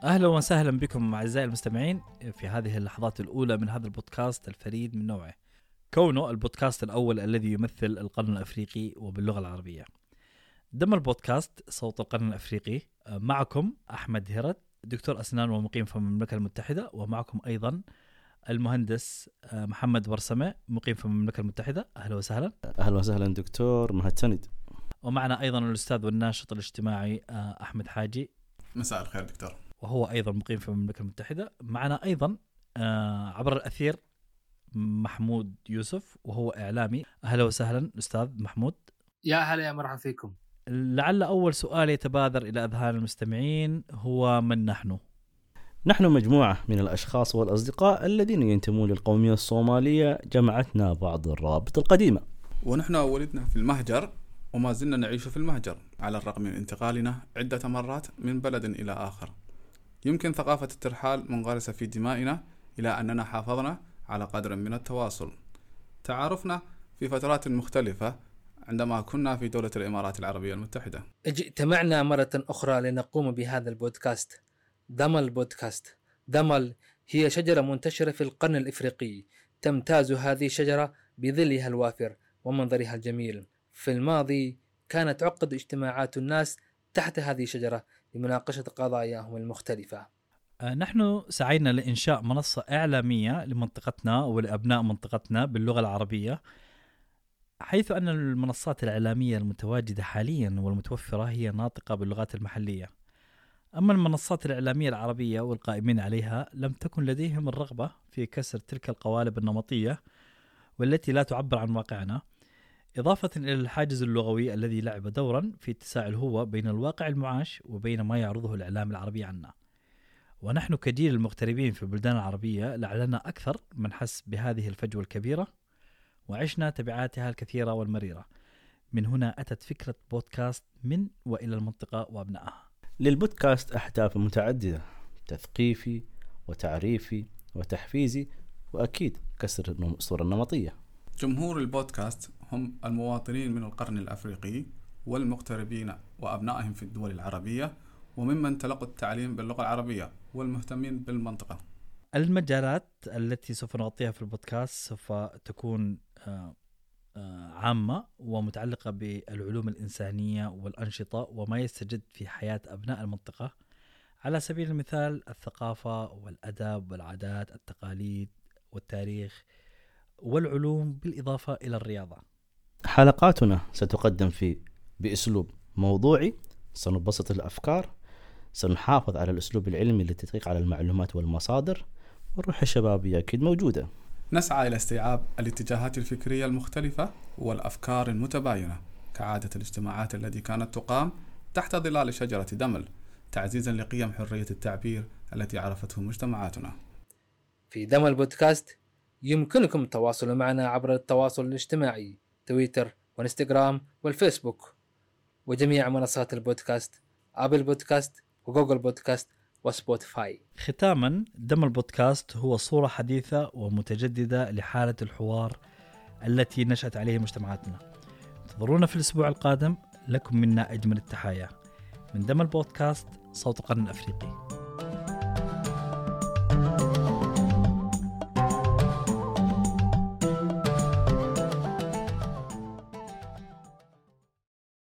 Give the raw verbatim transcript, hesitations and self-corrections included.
أهلا وسهلا بكم أعزائي المستمعين في هذه اللحظات الأولى من هذا البودكاست الفريد من نوعه، كونه البودكاست الأول الذي يمثل القرن الأفريقي وباللغة العربية. ضمن البودكاست صوت القرن الأفريقي معكم أحمد هرت، دكتور أسنان ومقيم في المملكة المتحدة، ومعكم أيضا المهندس محمد برسمة مقيم في المملكة المتحدة. أهلا وسهلا. أهلا وسهلا دكتور مهتند. ومعنا أيضا الأستاذ والناشط الاجتماعي أحمد حاجي. مساء الخير دكتور. وهو أيضا مقيم في المملكة المتحدة. معنا أيضا عبر الأثير محمود يوسف وهو إعلامي. أهلا وسهلا أستاذ محمود. يا هلا يا مرحبا فيكم. لعل أول سؤال يتبادر إلى أذهان المستمعين هو من نحن؟ نحن مجموعة من الأشخاص والأصدقاء الذين ينتمون للقومية الصومالية، جمعتنا بعض الروابط القديمة، ونحن ولدنا في المهجر وما زلنا نعيش في المهجر على الرغم من انتقالنا عدة مرات من بلد إلى آخر. يمكن ثقافة الترحال منغرسة في دمائنا إلى أننا حافظنا على قدر من التواصل. تعارفنا في فترات مختلفة عندما كنا في دولة الإمارات العربية المتحدة. اجتمعنا مرة أخرى لنقوم بهذا البودكاست. دمل البودكاست. دمل هي شجرة منتشرة في القرن الإفريقي، تمتاز هذه الشجرة بظلها الوافر ومنظرها الجميل. في الماضي كانت تعقد اجتماعات الناس تحت هذه الشجرة لمناقشة قضاياهم المختلفة. نحن سعينا لإنشاء منصة إعلامية لمنطقتنا ولأبناء منطقتنا باللغة العربية، حيث أن المنصات الإعلامية المتواجدة حاليا والمتوفرة هي ناطقة باللغات المحلية. أما المنصات الإعلامية العربية والقائمين عليها لم تكن لديهم الرغبة في كسر تلك القوالب النمطية والتي لا تعبر عن واقعنا، إضافة إلى الحاجز اللغوي الذي لعب دورا في اتساع الهوة بين الواقع المعاش وبين ما يعرضه الإعلام العربي عنا. ونحن كجيل المغتربين في البلدان العربية لعلنا أكثر من حس بهذه الفجوة الكبيرة وعشنا تبعاتها الكثيرة والمريرة. من هنا أتت فكرة بودكاست من وإلى المنطقة وأبنائها. للبودكاست أهداف متعددة، تثقيفي وتعريفي وتحفيزي، وأكيد كسر الصورة النمطية. جمهور البودكاست هم المواطنين من القرن الأفريقي والمغتربين وأبنائهم في الدول العربية وممن تلقوا التعليم باللغة العربية والمهتمين بالمنطقة. المجالات التي سوف نغطيها في البودكاست سوف تكون عامة ومتعلقة بالعلوم الإنسانية والأنشطة وما يستجد في حياة أبناء المنطقة، على سبيل المثال الثقافة والأدب والعادات التقاليد والتاريخ والعلوم، بالإضافة إلى الرياضة. حلقاتنا ستقدم في بأسلوب موضوعي، سنبسط الأفكار، سنحافظ على الأسلوب العلمي للتدقيق على المعلومات والمصادر، والروح الشبابية أكيد موجودة. نسعى إلى استيعاب الاتجاهات الفكرية المختلفة والأفكار المتباينة كعادة الاجتماعات التي كانت تقام تحت ظلال شجرة دمل، تعزيزا لقيم حرية التعبير التي عرفته مجتمعاتنا. في دمل بودكاست يمكنكم التواصل معنا عبر التواصل الاجتماعي تويتر وانستغرام والفيسبوك وجميع منصات البودكاست، أبل بودكاست وجوجل بودكاست وسبوتيفاي. ختاما، دم البودكاست هو صورة حديثة ومتجددة لحالة الحوار التي نشأت عليه مجتمعاتنا. انتظرونا في الأسبوع القادم، لكم منا أجمل التحايا من دم البودكاست، صوت القرن الأفريقي.